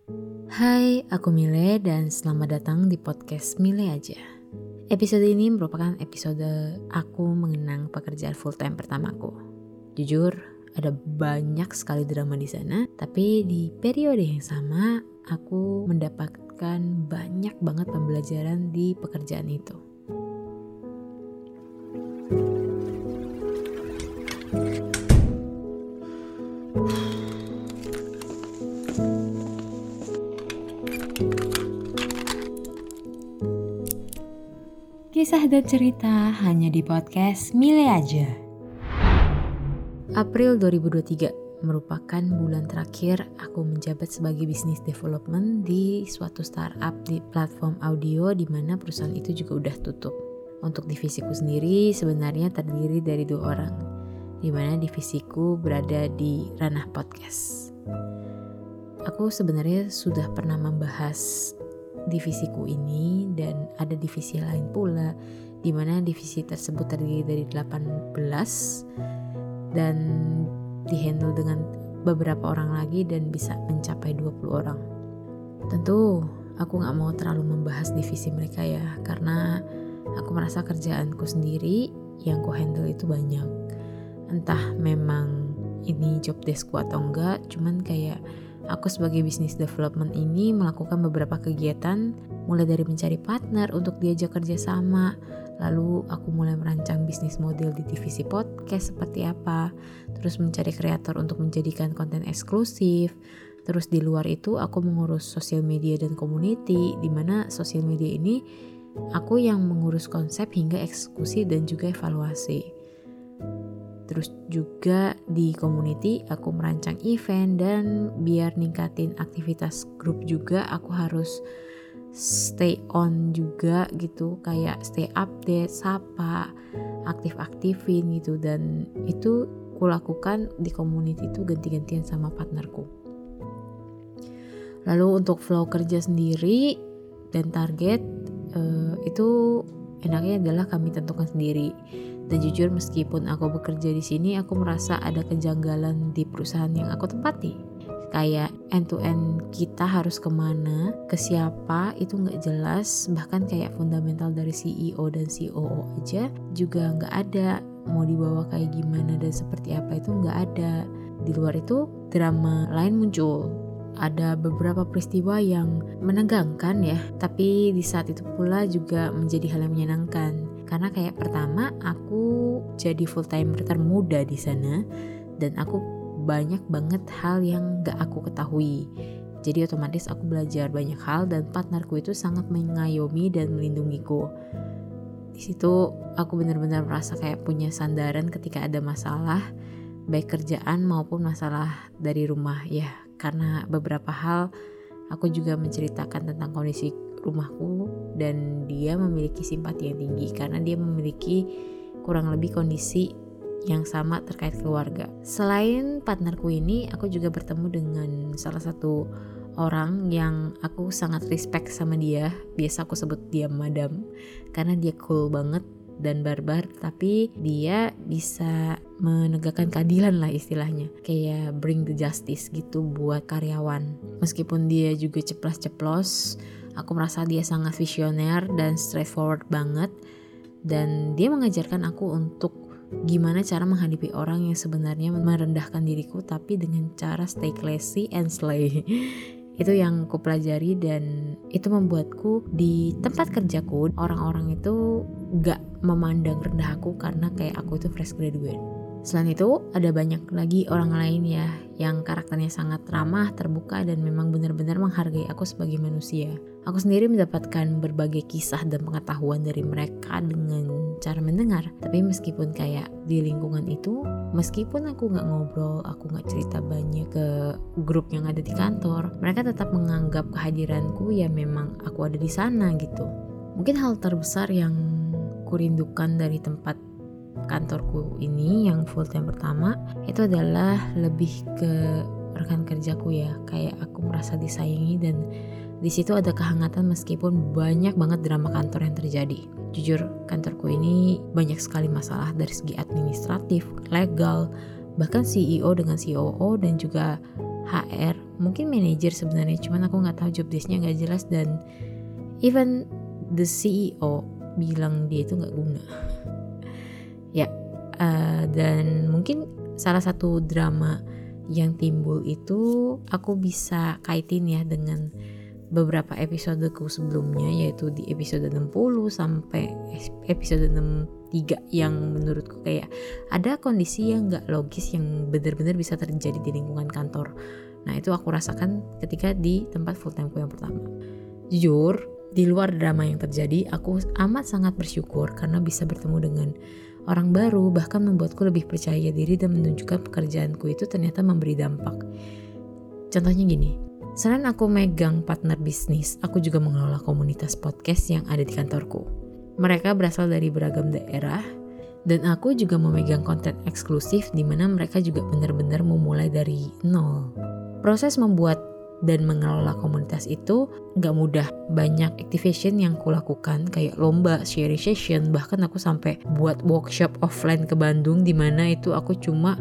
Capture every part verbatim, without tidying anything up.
Hai, aku Mile dan selamat datang di podcast Mile Aja. Episode ini merupakan episode aku mengenang pekerjaan full time pertamaku. Jujur, ada banyak sekali drama di sana, tapi di periode yang sama aku mendapatkan banyak banget pembelajaran di pekerjaan itu. Kisah dan cerita hanya di podcast Mile Aja. April dua ribu dua puluh tiga merupakan bulan terakhir aku menjabat sebagai business development di suatu startup di platform audio di mana perusahaan itu juga udah tutup. Untuk divisiku sendiri sebenarnya terdiri dari dua orang, di mana divisiku berada di ranah podcast. Aku sebenarnya sudah pernah membahas divisiku ini dan ada divisi lain pula di mana divisi tersebut terdiri dari delapan belas dan dihandle dengan beberapa orang lagi dan bisa mencapai dua puluh orang. Tentu aku gak mau terlalu membahas divisi mereka ya, karena aku merasa kerjaanku sendiri yang ku handle itu banyak. Entah memang ini job deskku atau enggak, cuman kayak aku sebagai business development ini melakukan beberapa kegiatan, mulai dari mencari partner untuk diajak kerjasama, lalu aku mulai merancang bisnis model di divisi podcast seperti apa, terus mencari kreator untuk menjadikan konten eksklusif, terus di luar itu aku mengurus sosial media dan community, di mana sosial media ini aku yang mengurus konsep hingga eksekusi dan juga evaluasi. Terus juga di community aku merancang event dan biar ningkatin aktivitas grup juga aku harus stay on juga gitu, kayak stay update, sapa, aktif-aktifin gitu, dan itu kulakukan di community itu ganti-gantian sama partnerku. Lalu untuk flow kerja sendiri dan target eh, itu enaknya adalah kami tentukan sendiri. Dan jujur meskipun aku bekerja di sini, aku merasa ada kejanggalan di perusahaan yang aku tempati. Kayak end to end kita harus kemana, ke siapa itu nggak jelas. Bahkan kayak fundamental dari C E O dan C O O aja juga nggak ada. Mau dibawa kayak gimana dan seperti apa itu nggak ada. Di luar itu drama lain muncul. Ada beberapa peristiwa yang menegangkan ya, tapi di saat itu pula juga menjadi hal yang menyenangkan. Karena kayak pertama aku jadi full timer termuda di sana dan aku banyak banget hal yang gak aku ketahui. Jadi otomatis aku belajar banyak hal dan partnerku itu sangat mengayomi dan melindungiku. Di situ aku benar-benar merasa kayak punya sandaran ketika ada masalah, baik kerjaan maupun masalah dari rumah ya. Karena beberapa hal aku juga menceritakan tentang kondisi rumahku dan dia memiliki simpati yang tinggi karena dia memiliki kurang lebih kondisi yang sama terkait keluarga. Selain partnerku ini, aku juga bertemu dengan salah satu orang yang aku sangat respect sama dia. Biasa aku sebut dia madam karena dia cool banget dan barbar, tapi dia bisa menegakkan keadilan lah istilahnya, kayak bring the justice gitu buat karyawan. Meskipun dia juga ceplas-ceplos, aku merasa dia sangat visioner dan straightforward banget, dan dia mengajarkan aku untuk gimana cara menghadapi orang yang sebenarnya merendahkan diriku tapi dengan cara stay classy and slay. Itu yang aku pelajari dan itu membuatku di tempat kerjaku orang-orang itu gak memandang rendah aku karena kayak aku itu fresh graduate. Selain itu ada banyak lagi orang lain ya yang karakternya sangat ramah, terbuka dan memang benar-benar menghargai aku sebagai manusia. Aku sendiri mendapatkan berbagai kisah dan pengetahuan dari mereka dengan cara mendengar. Tapi meskipun kayak di lingkungan itu, meskipun aku gak ngobrol, aku gak cerita banyak ke grup yang ada di kantor, mereka tetap menganggap kehadiranku ya memang aku ada di sana gitu. Mungkin hal terbesar yang kurindukan dari tempat kantorku ini yang full time pertama itu adalah lebih ke rekan kerjaku ya, kayak aku merasa disayangi dan di situ ada kehangatan meskipun banyak banget drama kantor yang terjadi. Jujur kantorku ini banyak sekali masalah dari segi administratif, legal, bahkan C E O dengan C O O dan juga H R, mungkin manajer sebenarnya, cuman aku nggak tahu job desk-nya nggak jelas, dan even the C E O bilang dia itu nggak guna. Ya, uh, dan mungkin salah satu drama yang timbul itu aku bisa kaitin ya dengan beberapa episodeku sebelumnya, yaitu di episode enam puluh sampai episode enam puluh tiga yang menurutku kayak ada kondisi yang gak logis yang benar-benar bisa terjadi di lingkungan kantor. Nah itu aku rasakan ketika di tempat full timeku yang pertama. Jujur, di luar drama yang terjadi, aku amat sangat bersyukur karena bisa bertemu dengan orang baru, bahkan membuatku lebih percaya diri dan menunjukkan pekerjaanku itu ternyata memberi dampak. Contohnya gini, selain aku megang partner bisnis, aku juga mengelola komunitas podcast yang ada di kantorku. Mereka berasal dari beragam daerah, dan aku juga memegang konten eksklusif di mana mereka juga benar-benar memulai dari nol. Proses membuat dan mengelola komunitas itu gak mudah. Banyak activation yang kulakukan kayak lomba, sharing session, bahkan aku sampai buat workshop offline ke Bandung, di mana itu aku cuma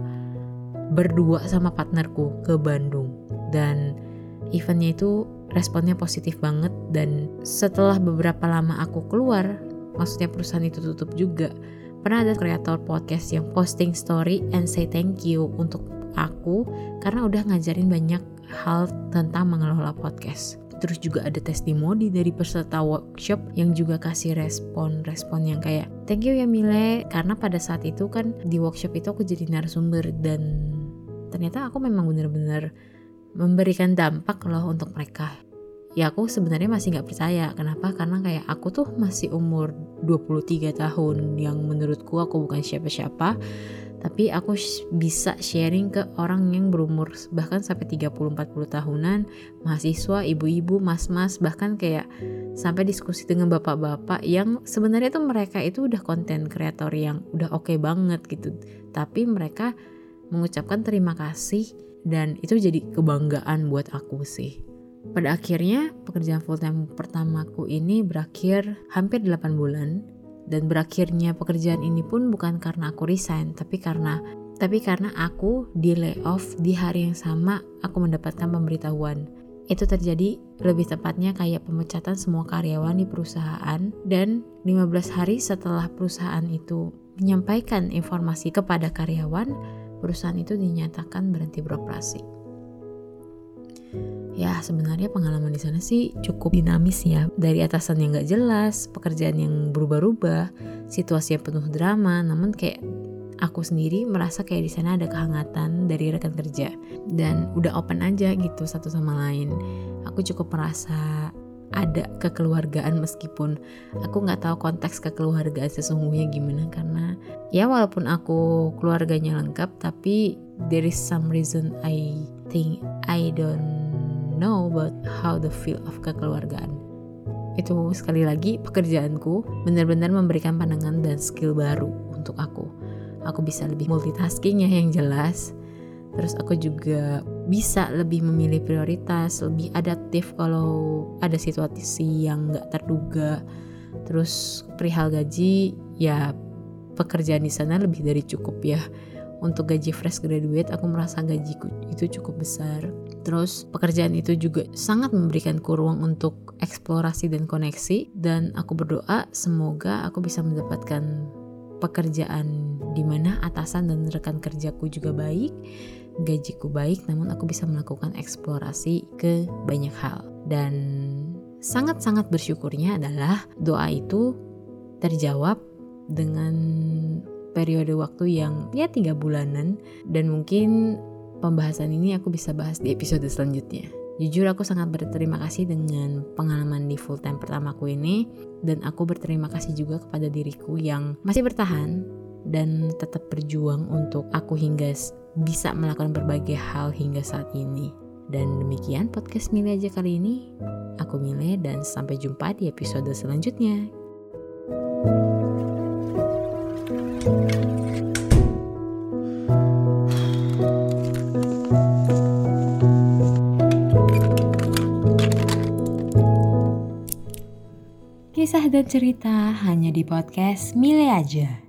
berdua sama partnerku ke Bandung. Dan eventnya itu responnya positif banget, dan setelah beberapa lama aku keluar, maksudnya perusahaan itu tutup juga, pernah ada kreator podcast yang posting story and say thank you untuk aku karena udah ngajarin banyak hal tentang mengelola podcast. Terus juga ada testimoni dari peserta workshop yang juga kasih respon-respon yang kayak thank you ya Mile, karena pada saat itu kan di workshop itu aku jadi narasumber dan ternyata aku memang benar-benar memberikan dampak loh untuk mereka. Ya aku sebenarnya masih gak percaya. Kenapa? Karena kayak aku tuh masih umur dua puluh tiga tahun, yang menurutku aku bukan siapa-siapa, tapi aku bisa sharing ke orang yang berumur bahkan sampai tiga puluh sampai empat puluh tahunan, mahasiswa, ibu-ibu, mas-mas, bahkan kayak sampai diskusi dengan bapak-bapak yang sebenarnya tuh mereka itu udah konten kreator yang udah oke okay banget gitu, tapi mereka mengucapkan terima kasih, dan itu jadi kebanggaan buat aku sih. Pada akhirnya pekerjaan full time pertamaku ini berakhir hampir delapan bulan, dan berakhirnya pekerjaan ini pun bukan karena aku resign, tapi karena tapi karena aku di layoff di hari yang sama aku mendapatkan pemberitahuan. Itu terjadi lebih tepatnya kayak pemecatan semua karyawan di perusahaan, dan lima belas hari setelah perusahaan itu menyampaikan informasi kepada karyawan, perusahaan itu dinyatakan berhenti beroperasi. Ya sebenarnya pengalaman di sana sih cukup dinamis ya, dari atasan yang gak jelas, pekerjaan yang berubah-ubah, situasi yang penuh drama. Namun kayak aku sendiri merasa kayak di sana ada kehangatan dari rekan kerja dan udah open aja gitu satu sama lain. Aku cukup merasa ada kekeluargaan meskipun aku nggak tahu konteks kekeluargaan sesungguhnya gimana, karena ya walaupun aku keluarganya lengkap, tapi there is some reason I think I don't know about how the feel of kekeluargaan. Itu sekali lagi pekerjaanku benar-benar memberikan pandangan dan skill baru untuk aku. Aku bisa lebih multitasking ya yang jelas. Terus aku juga bisa lebih memilih prioritas, lebih adaptif kalau ada situasi yang gak terduga. Terus perihal gaji, ya pekerjaan di sana lebih dari cukup ya. Untuk gaji fresh graduate, aku merasa gajiku itu cukup besar. Terus pekerjaan itu juga sangat memberikanku ruang untuk eksplorasi dan koneksi. Dan aku berdoa semoga aku bisa mendapatkan pekerjaan di mana atasan dan rekan kerjaku juga baik, gajiku baik, namun aku bisa melakukan eksplorasi ke banyak hal. Dan sangat-sangat bersyukurnya adalah doa itu terjawab dengan periode waktu yang ya tiga bulanan, dan mungkin pembahasan ini aku bisa bahas di episode selanjutnya. Jujur aku sangat berterima kasih dengan pengalaman di full time pertamaku ini, dan aku berterima kasih juga kepada diriku yang masih bertahan dan tetap berjuang untuk aku hingga bisa melakukan berbagai hal hingga saat ini. Dan demikian podcast Mile aja kali ini. Aku Mile dan sampai jumpa di episode selanjutnya. Kisah dan cerita hanya di podcast Mile aja.